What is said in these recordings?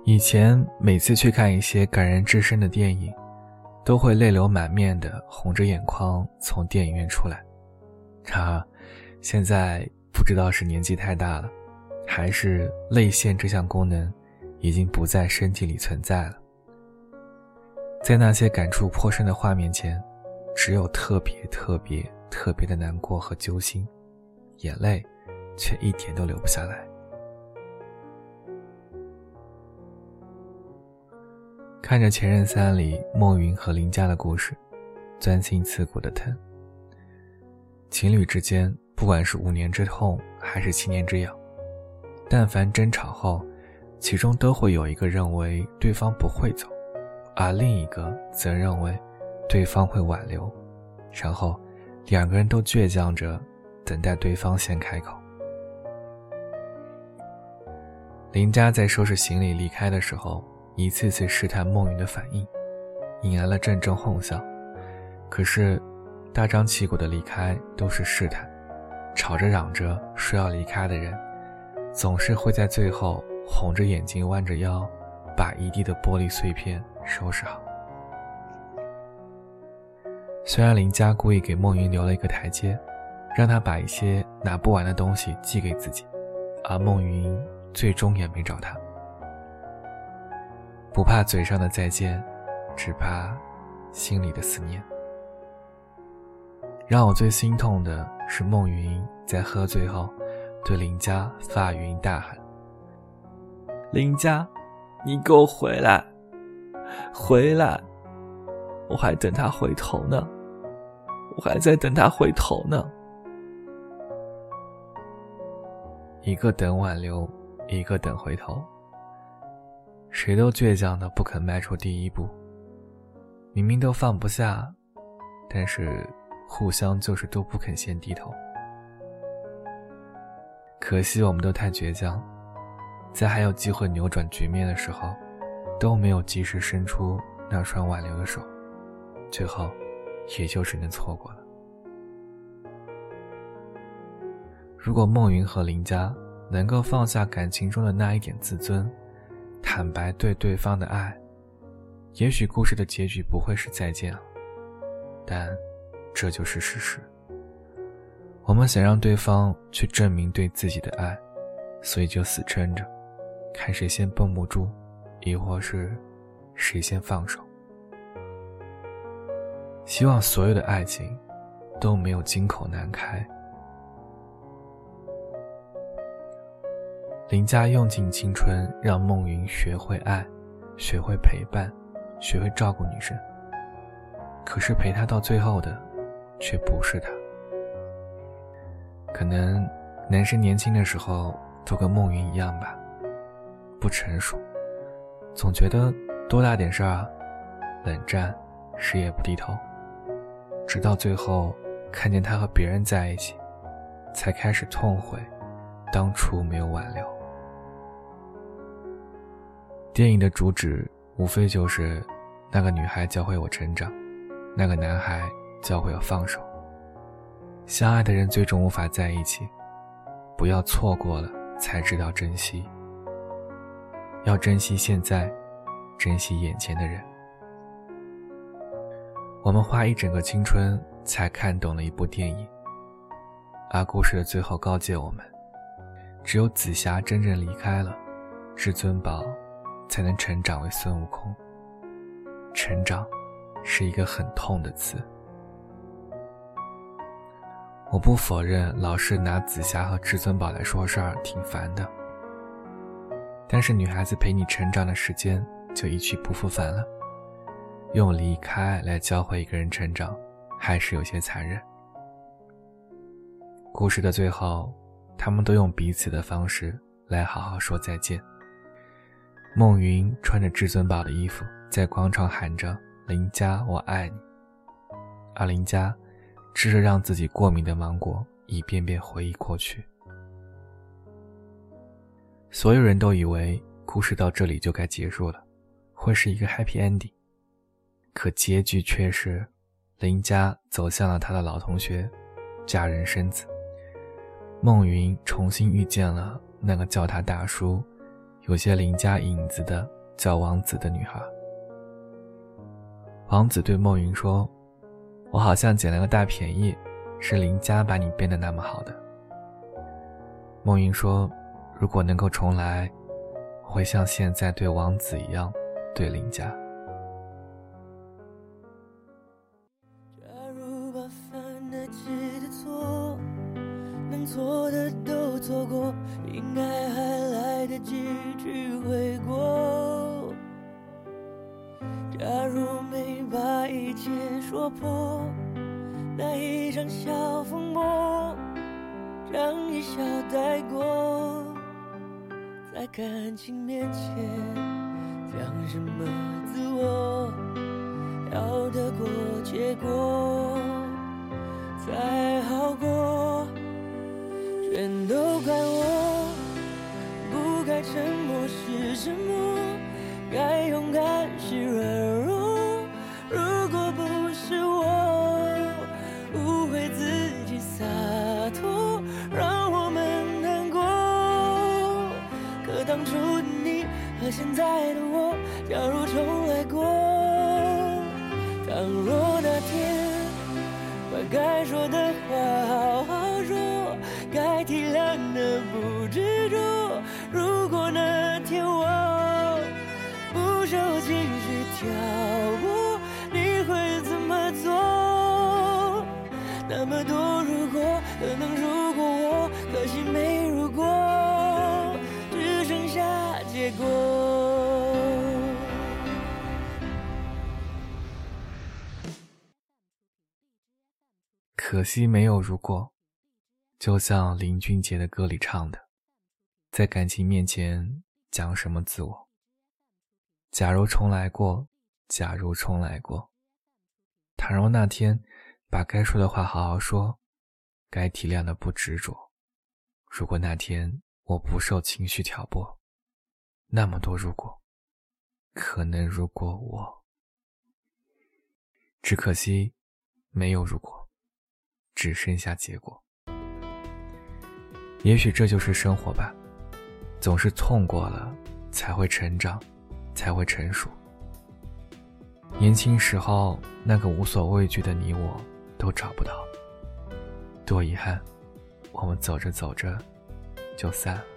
以前每次去看一些感人至深的电影，都会泪流满面的红着眼眶从电影院出来。现在不知道是年纪太大了，还是泪腺这项功能已经不在身体里存在了。在那些感触颇深的画面前，只有特别的难过和揪心，眼泪却一点都流不下来。看着《前任三》里孟云和林佳的故事，钻心刺骨的疼。情侣之间，不管是5年之痛还是7年之痒，但凡争吵后，其中都会有一个认为对方不会走，而另一个则认为对方会挽留，然后2个人都倔强着等待对方先开口。林佳在收拾行李离开的时候，一次次试探孟云的反应，引来了阵阵哄笑。可是大张旗鼓的离开都是试探，吵着嚷着说要离开的人，总是会在最后红着眼睛弯着腰，把一地的玻璃碎片收拾好。虽然林佳故意给孟云留了一个台阶，让他把一些拿不完的东西寄给自己，而孟云最终也没找他。不怕嘴上的再见，只怕心里的思念。让我最心痛的是孟云在喝醉后对林佳发语音大喊：林佳，你给我回来，回来，我还等他回头呢，我还在等他回头呢。一个等挽留，一个等回头，谁都倔强的不肯迈出第一步。明明都放不下，但是互相就是都不肯先低头。可惜我们都太倔强，在还有机会扭转局面的时候，都没有及时伸出那双挽留的手，最后也就只能错过了。如果孟云和林佳能够放下感情中的那一点自尊，坦白对对方的爱，也许故事的结局不会是再见了，但这就是事实。我们想让对方去证明对自己的爱，所以就死撑着，看谁先绷不住，亦或是谁先放手。希望所有的爱情都没有金口难开。林佳用尽青春让孟云学会爱，学会陪伴，学会照顾女生，可是陪她到最后的却不是她。可能男生年轻的时候都跟孟云一样吧，不成熟，总觉得多大点事儿冷战，谁也不低头，直到最后看见他和别人在一起，才开始痛悔当初没有挽留。电影的主旨无非就是那个女孩教会我成长，那个男孩教会我放手。相爱的人最终无法在一起，不要错过了才知道珍惜，要珍惜现在，珍惜眼前的人。我们花一整个青春才看懂了一部电影，而故事的最后告诫我们，只有紫霞真正离开了，至尊宝才能成长为孙悟空。成长是一个很痛的词。我不否认老是拿紫霞和至尊宝来说事儿挺烦的，但是女孩子陪你成长的时间就一去不复返了，用离开来教会一个人成长，还是有些残忍。故事的最后，他们都用彼此的方式来好好说再见。孟云穿着至尊宝的衣服，在广场喊着林佳我爱你，而林佳吃着让自己过敏的芒果，一遍遍回忆过去。所有人都以为故事到这里就该结束了，会是一个 happy ending， 可结局却是林佳走向了他的老同学，嫁人生子。孟云重新遇见了那个叫他大叔，有些林家影子的叫王子的女孩。王子对梦云说，我好像捡了个大便宜，是林家把你变得那么好的。梦云说，如果能够重来，我会像现在对王子一样对林家。 假如把犯得起的错，能错的都错过，应该还来得及去悔过。假如没把一切说破，那一场小风波让一笑带过，在感情面前讲什么自我，要得过且过才好过。全都怪我，不该沉默是沉默，该勇敢是软弱。如果不是我误会自己洒脱，让我们难过。可当初的你和现在的我，假如重来过，倘若那天把该说的话好好说，该体谅的不执着。如果那天我不受情绪挑拨，你会怎么做？那么多如果，可能如果我，可惜没如果，只剩下结果。 可惜没有如果，就像林俊杰的歌里唱的，在感情面前讲什么自我。假如重来过，假如重来过，倘若那天把该说的话好好说，该体谅的不执着。如果那天我不受情绪挑拨，那么多如果，可能如果我，只可惜没有如果，只剩下结果。也许这就是生活吧，总是痛过了才会成长，才会成熟。年轻时候那个无所畏惧的你我都找不到，多遗憾，我们走着走着就散了。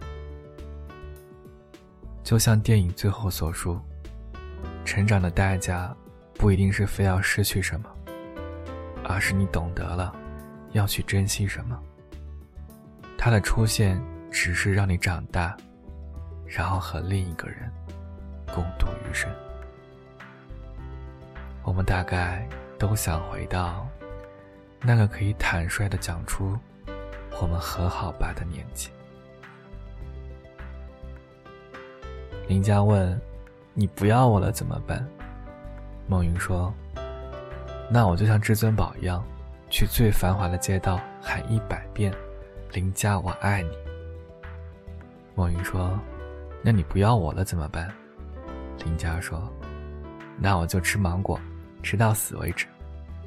就像电影最后所述，成长的代价不一定是非要失去什么，而是你懂得了要去珍惜什么。它的出现只是让你长大，然后和另一个人共度余生。我们大概都想回到那个可以坦率地讲出我们和好吧的年纪。林家问，你不要我了怎么办？孟云说，那我就像至尊宝一样，去最繁华的街道喊100遍，林家我爱你。孟云说，那你不要我了怎么办？林家说，那我就吃芒果，吃到死为止。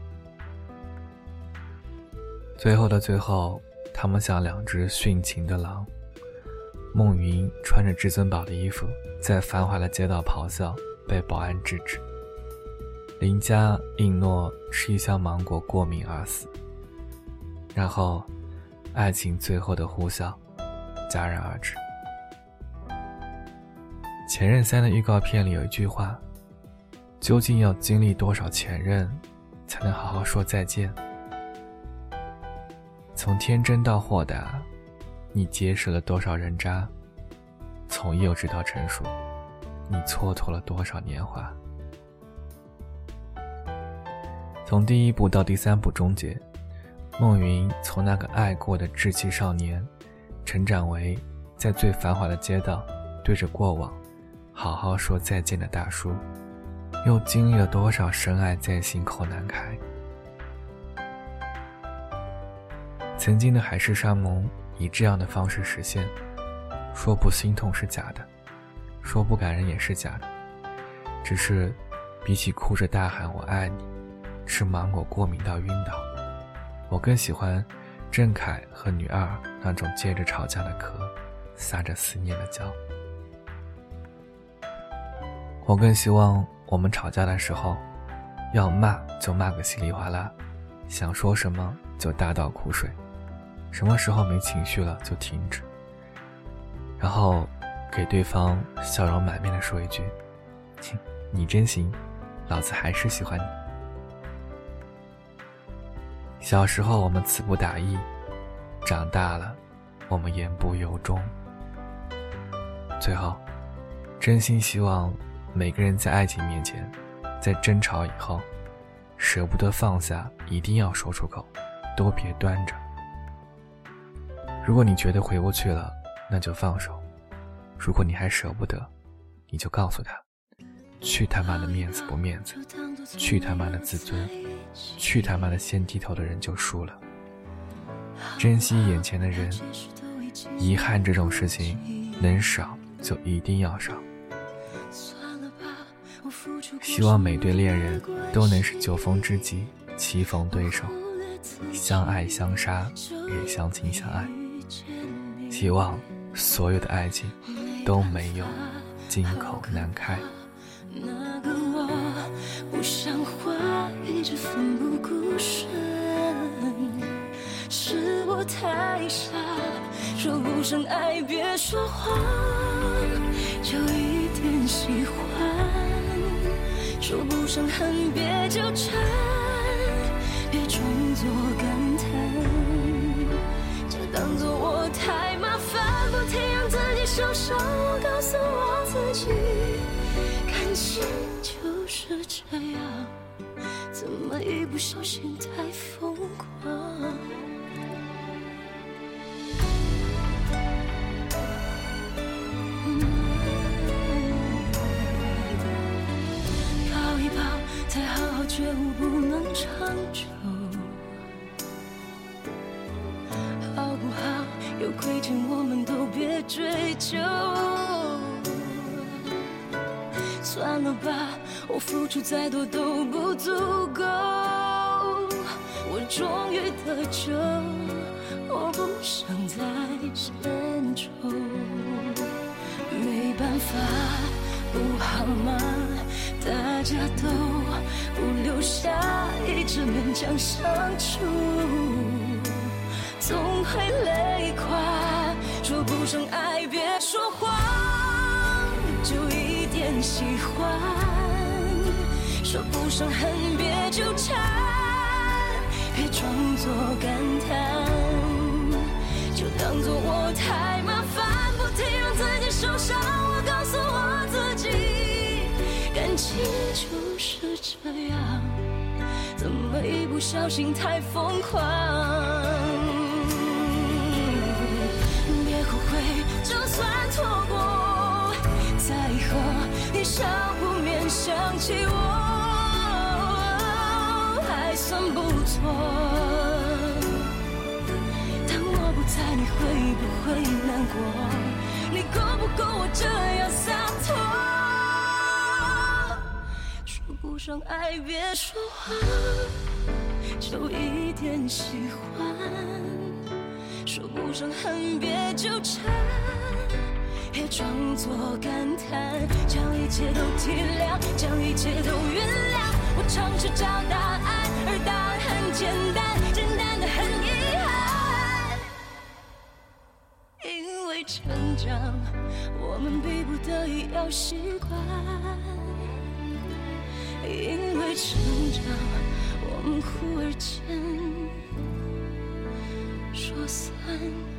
最后的最后，他们像两只殉情的狼。孟云穿着至尊宝的衣服，在繁华的街道咆哮，被保安制止。林家应诺吃一箱芒果过敏而死。然后爱情最后的呼啸戛然而止。前任3的预告片里有一句话，究竟要经历多少前任才能好好说再见？从天真到豁达，你结识了多少人渣？从幼稚到成熟，你蹉跎了多少年华？从第1部到第3部终结，孟云从那个爱过的稚气少年，成长为在最繁华的街道对着过往好好说再见的大叔，又经历了多少深爱在心口难开？曾经的海誓山盟以这样的方式实现，说不心痛是假的，说不感人也是假的，只是比起哭着大喊我爱你，吃芒果过敏到晕倒，我更喜欢郑恺和女二那种接着吵架的壳，撒着思念的娇。 我更希望我们吵架的时候，要骂就骂个稀里哗啦，想说什么就大倒苦水，什么时候没情绪了就停止，然后给对方笑容满面的说一句：你真行，老子还是喜欢你。小时候我们词不达意，长大了我们言不由衷。最后，真心希望每个人在爱情面前，在争吵以后，舍不得放下一定要说出口，都别端着。如果你觉得回不去了，那就放手。如果你还舍不得，你就告诉他，去他妈的面子不面子，去他妈的自尊，去他妈的先低头的人就输了。珍惜眼前的人，遗憾这种事情能少就一定要少。希望每对恋人都能是酒逢知己，棋逢对手，相爱相杀，也相亲相爱。希望所有的爱情都没有金口难开。 那个我不像话，一直奋不顾身，是我太傻，说不上爱别说谎，就一点喜欢，说不上恨别纠缠，别装作感叹，就当作我太麻烦，不停让自己受伤。我告诉我自己，感情就是这样，怎么一不小心太疯狂。抱一抱才好好觉悟，不能长久，好不好有亏欠我们都别追究。算了吧，我付出再多都不足够，我终于得救，我不想再献丑。没办法，不好吗？大家都不留下，一直勉强相处，总会累垮。说不上爱别说谎，就一点喜欢，说不上恨别纠缠，别装作感叹，就当作我太麻烦，不停让自己受伤。我告诉我自己，感情就是这样，怎么一不小心太疯狂。别后悔，就算错过，在和你少不免想起我，还算不错。当我不在，你会不会难过？你够不够我这样洒脱？说不上爱别说谎，就一点喜欢，说不上恨别纠缠，别装作感叹，将一切都体谅，将一切都原谅。我尝试找答案，而答案很简单，简单的很遗憾。因为成长，我们逼不得已要习惯；因为成长，我们忽而间说散。